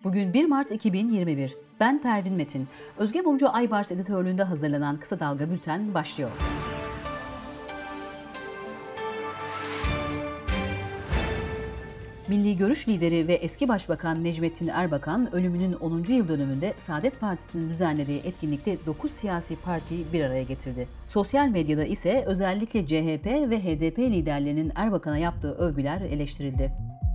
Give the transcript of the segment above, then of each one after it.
Bugün 1 Mart 2021. Ben Pervin Metin. Özge Mumcu Aybars editörlüğünde hazırlanan Kısa Dalga Bülten başlıyor. Milli Görüş lideri ve eski Başbakan Necmettin Erbakan ölümünün 10. yıl dönümünde Saadet Partisi'nin düzenlediği etkinlikte 9 siyasi partiyi bir araya getirdi. Sosyal medyada ise özellikle CHP ve HDP liderlerinin Erbakan'a yaptığı övgüler eleştirildi.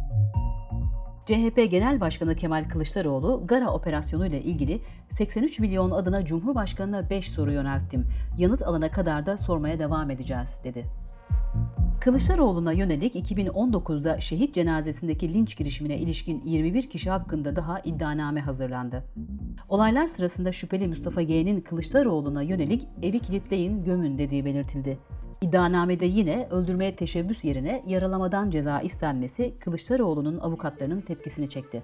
CHP Genel Başkanı Kemal Kılıçdaroğlu, Gara operasyonu ile ilgili 83 milyon adına Cumhurbaşkanı'na 5 soru yönelttim. Yanıt alana kadar da sormaya devam edeceğiz, dedi. Kılıçdaroğlu'na yönelik 2019'da şehit cenazesindeki linç girişimine ilişkin 21 kişi hakkında daha iddianame hazırlandı. Olaylar sırasında şüpheli Mustafa G.'nin Kılıçdaroğlu'na yönelik evi kilitleyin, gömün dediği belirtildi. İddianamede yine öldürmeye teşebbüs yerine yaralamadan ceza istenmesi Kılıçdaroğlu'nun avukatlarının tepkisini çekti.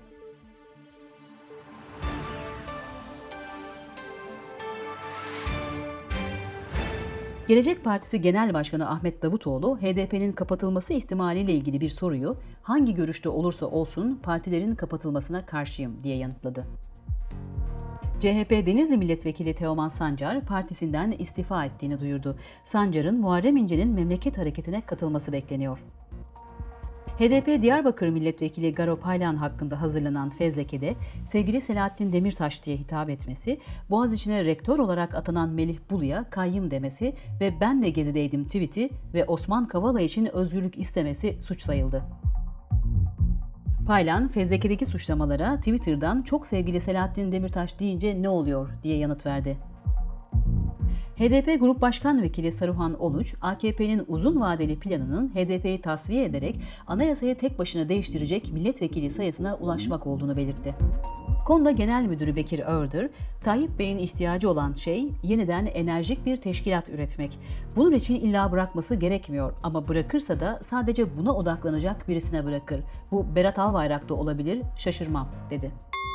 Gelecek Partisi Genel Başkanı Ahmet Davutoğlu, HDP'nin kapatılması ihtimaliyle ilgili bir soruyu hangi görüşte olursa olsun partilerin kapatılmasına karşıyım diye yanıtladı. CHP Denizli Milletvekili Teoman Sancar, partisinden istifa ettiğini duyurdu. Sancar'ın Muharrem İnce'nin Memleket Hareketi'ne katılması bekleniyor. HDP Diyarbakır Milletvekili Garo Paylan hakkında hazırlanan fezlekede sevgili Selahattin Demirtaş diye hitap etmesi, Boğaziçi'ne rektör olarak atanan Melih Bulu'ya kayyım demesi ve ben de gezideydim tweet'i ve Osman Kavala için özgürlük istemesi suç sayıldı. Paylan, fezlekedeki suçlamalara Twitter'dan çok sevgili Selahattin Demirtaş deyince ne oluyor diye yanıt verdi. HDP Grup Başkan Vekili Saruhan Onuç, AKP'nin uzun vadeli planının HDP'yi tasfiye ederek anayasayı tek başına değiştirecek milletvekili sayısına ulaşmak olduğunu belirtti. KONDA Genel Müdürü Bekir Ördür, Tayyip Bey'in ihtiyacı olan şey yeniden enerjik bir teşkilat üretmek. Bunun için illa bırakması gerekmiyor ama bırakırsa da sadece buna odaklanacak birisine bırakır. Bu Berat Albayrak da olabilir, şaşırmam, dedi.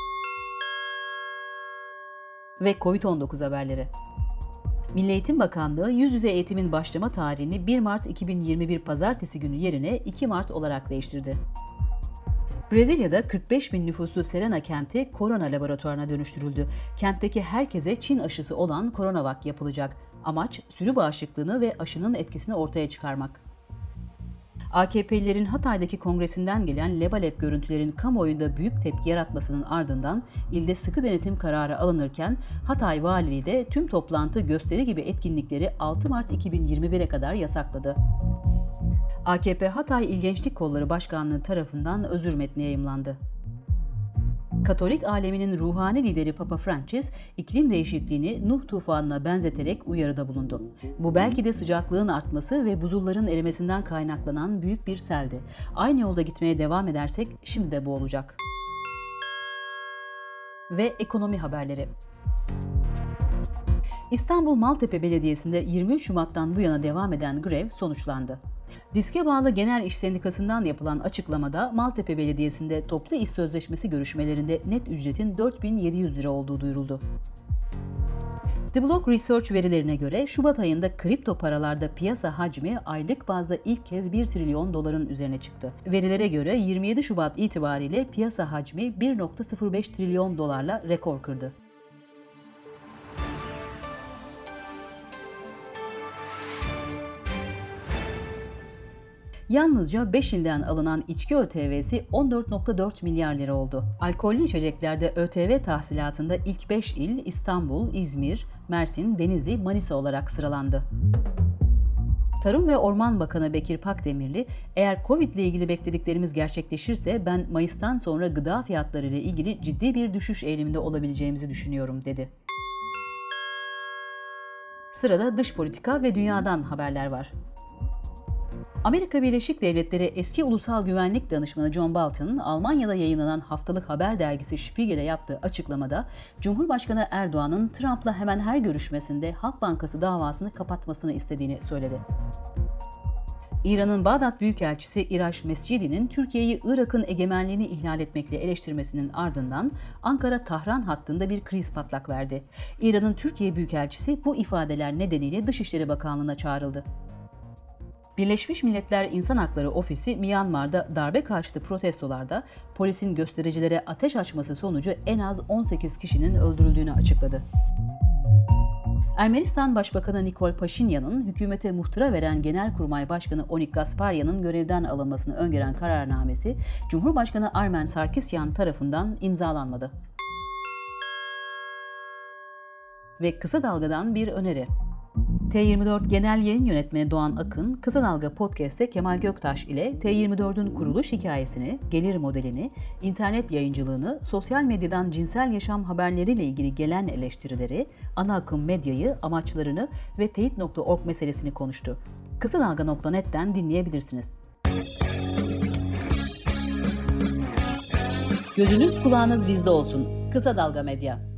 Ve Covid-19 haberleri. Milli Eğitim Bakanlığı yüz yüze eğitimin başlama tarihini 1 Mart 2021 Pazartesi günü yerine 2 Mart olarak değiştirdi. Brezilya'da 45 bin nüfuslu Serena kenti korona laboratuvarına dönüştürüldü. Kentteki herkese Çin aşısı olan Coronavac yapılacak. Amaç sürü bağışıklığını ve aşının etkisini ortaya çıkarmak. AKP'lilerin Hatay'daki kongresinden gelen lebalep görüntülerin kamuoyunda büyük tepki yaratmasının ardından ilde sıkı denetim kararı alınırken Hatay Valiliği de tüm toplantı, gösteri gibi etkinlikleri 6 Mart 2021'e kadar yasakladı. AKP Hatay İl Gençlik Kolları Başkanlığı tarafından özür metni yayımlandı. Katolik aleminin ruhani lideri Papa Francis, iklim değişikliğini Nuh tufanına benzeterek uyarıda bulundu. Bu belki de sıcaklığın artması ve buzulların erimesinden kaynaklanan büyük bir seldi. Aynı yolda gitmeye devam edersek şimdi de bu olacak. Ve ekonomi haberleri. İstanbul Maltepe Belediyesi'nde 23 Şubat'tan bu yana devam eden grev sonuçlandı. DİSK'e bağlı Genel İş Sendikası'ndan yapılan açıklamada Maltepe Belediyesi'nde toplu iş sözleşmesi görüşmelerinde net ücretin 4.700 lira olduğu duyuruldu. The Block Research verilerine göre Şubat ayında kripto paralarda piyasa hacmi aylık bazda ilk kez 1 trilyon doların üzerine çıktı. Verilere göre 27 Şubat itibariyle piyasa hacmi 1.05 trilyon dolarla rekor kırdı. Yalnızca 5 ilden alınan içki ÖTV'si 14.4 milyar lira oldu. Alkollü içeceklerde ÖTV tahsilatında ilk 5 il İstanbul, İzmir, Mersin, Denizli, Manisa olarak sıralandı. Tarım ve Orman Bakanı Bekir Pakdemirli, eğer Covid ile ilgili beklediklerimiz gerçekleşirse ben Mayıs'tan sonra gıda fiyatları ile ilgili ciddi bir düşüş eğiliminde olabileceğimizi düşünüyorum, dedi. Sırada dış politika ve dünyadan haberler var. Amerika Birleşik Devletleri eski Ulusal Güvenlik Danışmanı John Bolton, Almanya'da yayınlanan haftalık haber dergisi Spiegel'e yaptığı açıklamada, Cumhurbaşkanı Erdoğan'ın Trump'la hemen her görüşmesinde Halk Bankası davasını kapatmasını istediğini söyledi. İran'ın Bağdat Büyükelçisi İraş Mescidi'nin Türkiye'yi Irak'ın egemenliğini ihlal etmekle eleştirmesinin ardından Ankara-Tahran hattında bir kriz patlak verdi. İran'ın Türkiye Büyükelçisi bu ifadeler nedeniyle Dışişleri Bakanlığı'na çağrıldı. Birleşmiş Milletler İnsan Hakları Ofisi, Myanmar'da darbe karşıtı protestolarda polisin göstericilere ateş açması sonucu en az 18 kişinin öldürüldüğünü açıkladı. Ermenistan Başbakanı Nikol Paşinyan'ın hükümete muhtıra veren Genelkurmay Başkanı Onik Gasparyan'ın görevden alınmasını öngören kararnamesi, Cumhurbaşkanı Armen Sarkisyan tarafından imzalanmadı. Ve Kısa Dalga'dan bir öneri. T24 Genel Yayın Yönetmeni Doğan Akın, Kısa Dalga Podcast'te Kemal Göktaş ile T24'ün kuruluş hikayesini, gelir modelini, internet yayıncılığını, sosyal medyadan cinsel yaşam haberleriyle ilgili gelen eleştirileri, ana akım medyayı, amaçlarını ve teyit.org meselesini konuştu. Kısadalga.net'ten dinleyebilirsiniz. Gözünüz kulağınız bizde olsun. Kısa Dalga Medya.